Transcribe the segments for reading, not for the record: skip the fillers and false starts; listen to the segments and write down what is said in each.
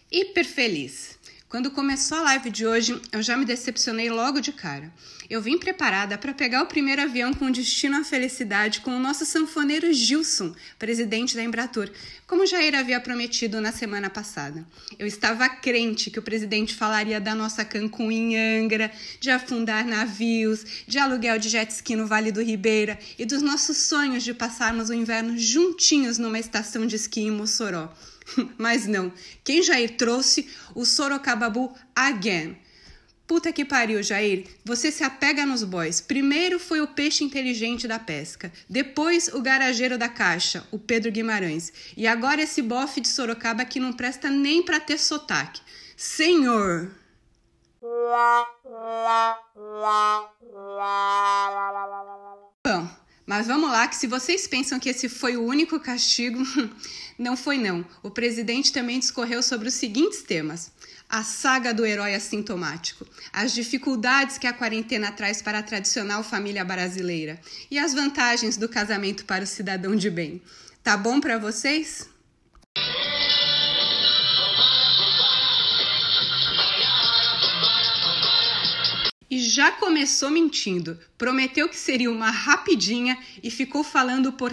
Hiper feliz. Quando começou a live de hoje, eu já me decepcionei logo de cara. Eu vim preparada para pegar o primeiro avião com destino à felicidade com o nosso sanfoneiro Gilson, presidente da Embratur, como Jair havia prometido na semana passada. Eu estava crente que o presidente falaria da nossa Cancún em Angra, de afundar navios, de aluguel de jet ski no Vale do Ribeira e dos nossos sonhos de passarmos o inverno juntinhos numa estação de esqui em Mossoró. Mas não, quem Jair trouxe? O Sorocababu again. Puta que pariu, Jair, você se apega nos boys. Primeiro foi o peixe inteligente da pesca, depois o garageiro da caixa, o Pedro Guimarães, e agora esse bofe de Sorocaba que não presta nem pra ter sotaque. Senhor! Bom, mas vamos lá, que se vocês pensam que esse foi o único castigo, não foi não. O presidente também discorreu sobre os seguintes temas: a saga do herói assintomático, as dificuldades que a quarentena traz para a tradicional família brasileira e as vantagens do casamento para o cidadão de bem. Tá bom para vocês? E já começou mentindo, prometeu que seria uma rapidinha e ficou falando por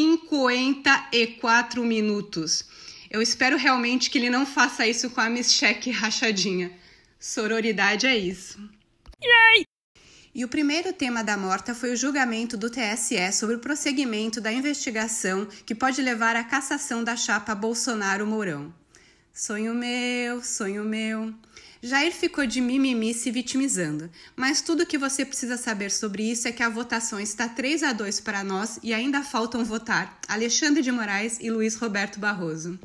54 minutos. Eu espero realmente que ele não faça isso com a Miss Cheque rachadinha. Sororidade é isso. Yay! E o primeiro tema da morta foi o julgamento do TSE sobre o prosseguimento da investigação que pode levar à cassação da chapa Bolsonaro-Mourão. Sonho meu, sonho meu. Jair ficou de mimimi se vitimizando, mas tudo o que você precisa saber sobre isso é que a votação está 3-2 para nós e ainda faltam votar Alexandre de Moraes e Luiz Roberto Barroso.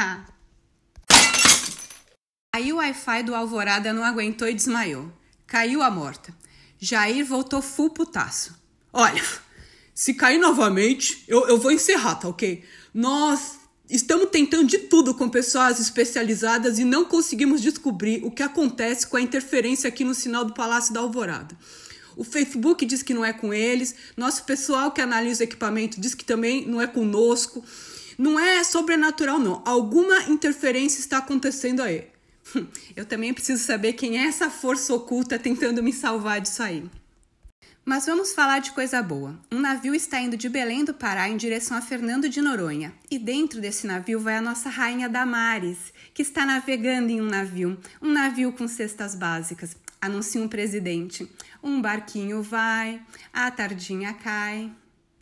Aí o Wi-Fi do Alvorada não aguentou e desmaiou. Caiu a morta. Jair voltou full putaço. Olha, se cair novamente, eu vou encerrar, tá ok? Nós estamos tentando de tudo com pessoas especializadas e não conseguimos descobrir o que acontece com a interferência aqui no sinal do Palácio da Alvorada. O Facebook diz que não é com eles, nosso pessoal que analisa o equipamento diz que também não é conosco. Não é sobrenatural, não. Alguma interferência está acontecendo aí. Eu também preciso saber quem é essa força oculta tentando me salvar disso aí. Mas vamos falar de coisa boa. Um navio está indo de Belém do Pará em direção a Fernando de Noronha. E dentro desse navio vai a nossa rainha Damares, que está navegando em um navio com cestas básicas. Anuncia um presidente. Um barquinho vai, a tardinha cai.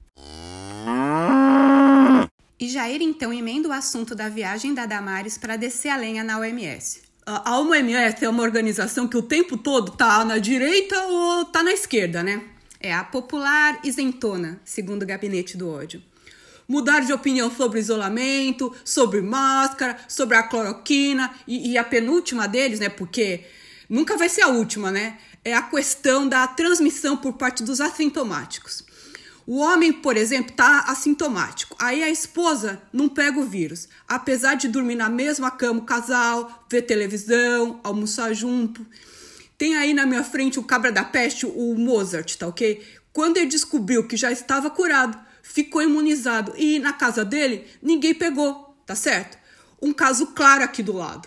E Jair então emenda o assunto da viagem da Damares para descer a lenha na OMS. A OMS é uma organização que o tempo todo tá na direita ou tá na esquerda, né? É a popular isentona, segundo o gabinete do ódio. Mudar de opinião sobre isolamento, sobre máscara, sobre a cloroquina e a penúltima deles, né? Porque nunca vai ser a última, né? É a questão da transmissão por parte dos assintomáticos. O homem, por exemplo, tá assintomático. Aí a esposa não pega o vírus. Apesar de dormir na mesma cama o casal, ver televisão, almoçar junto. Tem aí na minha frente o cabra da peste, o Mozart, tá ok? Quando ele descobriu que já estava curado, ficou imunizado. E na casa dele, ninguém pegou, tá certo? Um caso claro aqui do lado.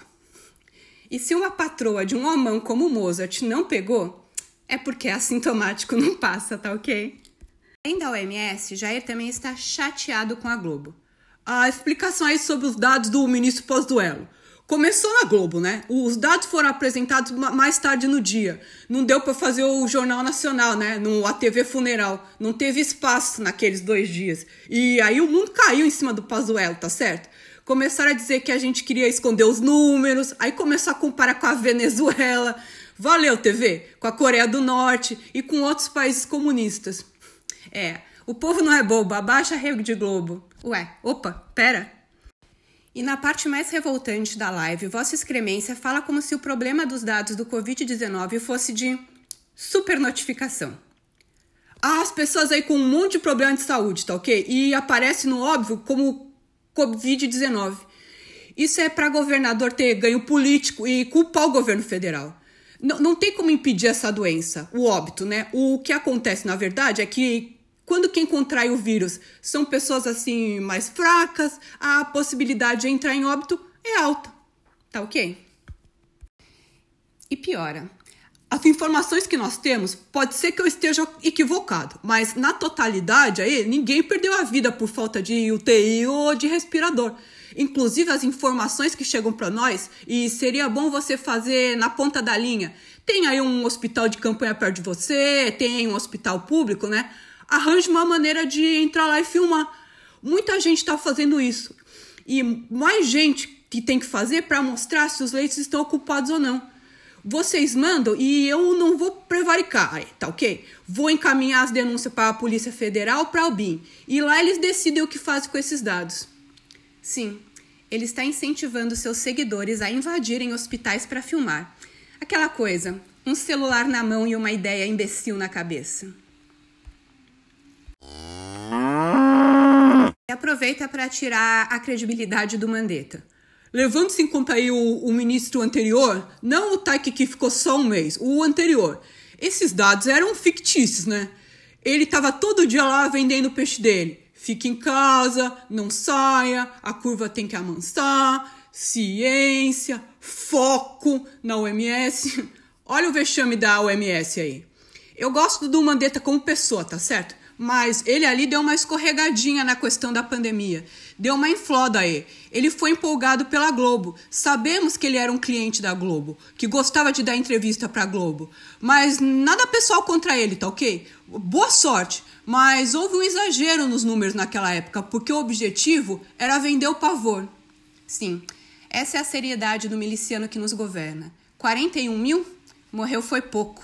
E se uma patroa de um homão como o Mozart não pegou, é porque assintomático não passa, tá ok? Além da OMS, Jair também está chateado com a Globo. A explicação aí sobre os dados do ministro pós-duelo. Começou na Globo, né? Os dados foram apresentados mais tarde no dia. Não deu para fazer o Jornal Nacional, né? No ATV Funeral. Não teve espaço naqueles 2 dias. E aí o mundo caiu em cima do pós-duelo, tá certo? Começaram a dizer que a gente queria esconder os números. Aí começou a comparar com a Venezuela. Valeu, TV! Com a Coreia do Norte e com outros países comunistas. O povo não é bobo, abaixa a Rede Globo. Pera. E na parte mais revoltante da live, Vossa Excremência fala como se o problema dos dados do Covid-19 fosse de supernotificação. As pessoas aí com um monte de problema de saúde, tá ok? E aparece no óbvio como Covid-19. Isso é para governador ter ganho político e culpar o governo federal. Não tem como impedir essa doença, o óbito, né? O que acontece, na verdade, é que quando quem contrai o vírus são pessoas assim mais fracas, a possibilidade de entrar em óbito é alta. Tá ok? E piora. As informações que nós temos, pode ser que eu esteja equivocado, mas na totalidade aí, ninguém perdeu a vida por falta de UTI ou de respirador. Inclusive as informações que chegam para nós, e seria bom você fazer na ponta da linha. Tem aí um hospital de campanha perto de você, tem um hospital público, né? Arranje uma maneira de entrar lá e filmar. Muita gente está fazendo isso. E mais gente que tem que fazer para mostrar se os leitos estão ocupados ou não. Vocês mandam e eu não vou prevaricar, aí, tá ok? Vou encaminhar as denúncias para a Polícia Federal, para o BIM. E lá eles decidem o que fazem com esses dados. Sim, ele está incentivando seus seguidores a invadirem hospitais para filmar. Aquela coisa, um celular na mão e uma ideia imbecil na cabeça. E aproveita para tirar a credibilidade do Mandetta. Levando-se em conta aí o ministro anterior, não o Taik que ficou só um mês, o anterior. Esses dados eram fictícios, né? Ele estava todo dia lá vendendo o peixe dele. Fique em casa, não saia, a curva tem que amansar, ciência, foco na OMS. Olha o vexame da OMS aí. Eu gosto do Mandetta como pessoa, tá certo? Mas ele ali deu uma escorregadinha na questão da pandemia. Deu uma infloda aí. Ele foi empolgado pela Globo. Sabemos que ele era um cliente da Globo, que gostava de dar entrevista pra Globo. Mas nada pessoal contra ele, tá ok? Boa sorte. Mas houve um exagero nos números naquela época, porque o objetivo era vender o pavor. Sim, essa é a seriedade do miliciano que nos governa. 41 mil? Morreu foi pouco.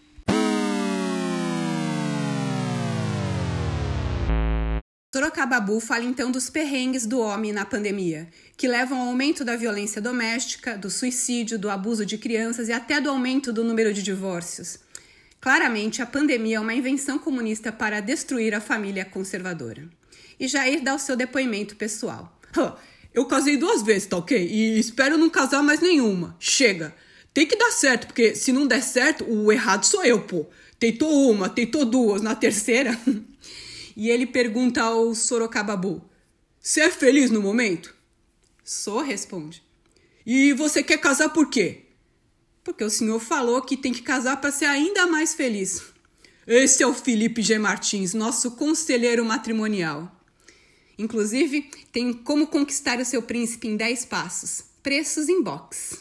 Sorokababu fala então dos perrengues do homem na pandemia, que levam ao aumento da violência doméstica, do suicídio, do abuso de crianças e até do aumento do número de divórcios. Claramente, a pandemia é uma invenção comunista para destruir a família conservadora. E Jair dá o seu depoimento pessoal. Eu casei 2 vezes, tá ok? E espero não casar mais nenhuma. Chega! Tem que dar certo, porque se não der certo, o errado sou eu, pô. Tentou uma, tentou 2, na terceira... E ele pergunta ao Sorokababu, você é feliz no momento? Sou, responde. E você quer casar por quê? Porque o senhor falou que tem que casar para ser ainda mais feliz. Esse é o Felipe G. Martins, nosso conselheiro matrimonial. Inclusive, tem como conquistar o seu príncipe em 10 passos. Preços em box.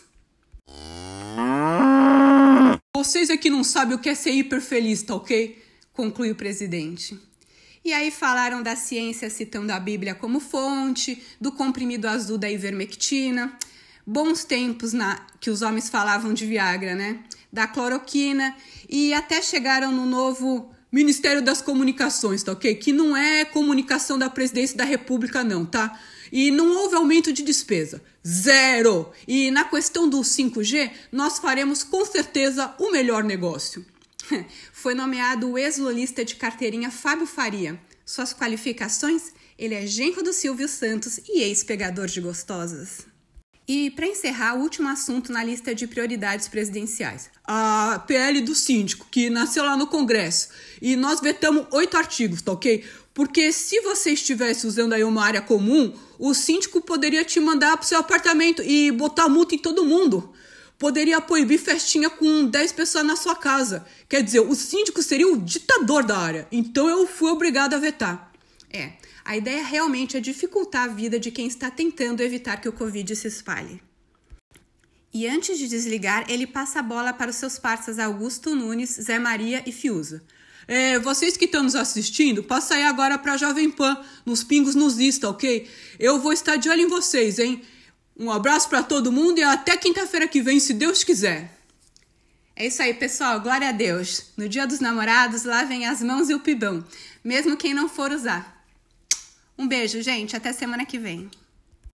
Vocês aqui não sabem o que é ser hiper feliz, tá ok? Conclui o presidente. E aí falaram da ciência citando a Bíblia como fonte, do comprimido azul da ivermectina, bons tempos que os homens falavam de Viagra, né? Da cloroquina, e até chegaram no novo Ministério das Comunicações, tá ok? Que não é comunicação da presidência da República não, tá? E não houve aumento de despesa. 0! E na questão do 5G, nós faremos com certeza o melhor negócio. Foi nomeado o ex-lolista de carteirinha Fábio Faria. Suas qualificações? Ele é genro do Silvio Santos e ex-pegador de gostosas. E, para encerrar, o último assunto na lista de prioridades presidenciais. A PL do síndico, que nasceu lá no Congresso. E nós vetamos 8 artigos, tá ok? Porque se você estivesse usando aí uma área comum, o síndico poderia te mandar pro seu apartamento e botar multa em todo mundo. Poderia proibir festinha com 10 pessoas na sua casa. Quer dizer, o síndico seria o ditador da área. Então eu fui obrigada a vetar. A ideia realmente é dificultar a vida de quem está tentando evitar que o Covid se espalhe. E antes de desligar, ele passa a bola para os seus parceiros Augusto Nunes, Zé Maria e Fiuza. Vocês que estão nos assistindo, passa aí agora para a Jovem Pan, nos pingos nos Insta, ok? Eu vou estar de olho em vocês, hein? Um abraço para todo mundo e até quinta-feira que vem, se Deus quiser. É isso aí, pessoal. Glória a Deus. No Dia dos Namorados, lavem as mãos e o pibão, mesmo quem não for usar. Um beijo, gente. Até semana que vem.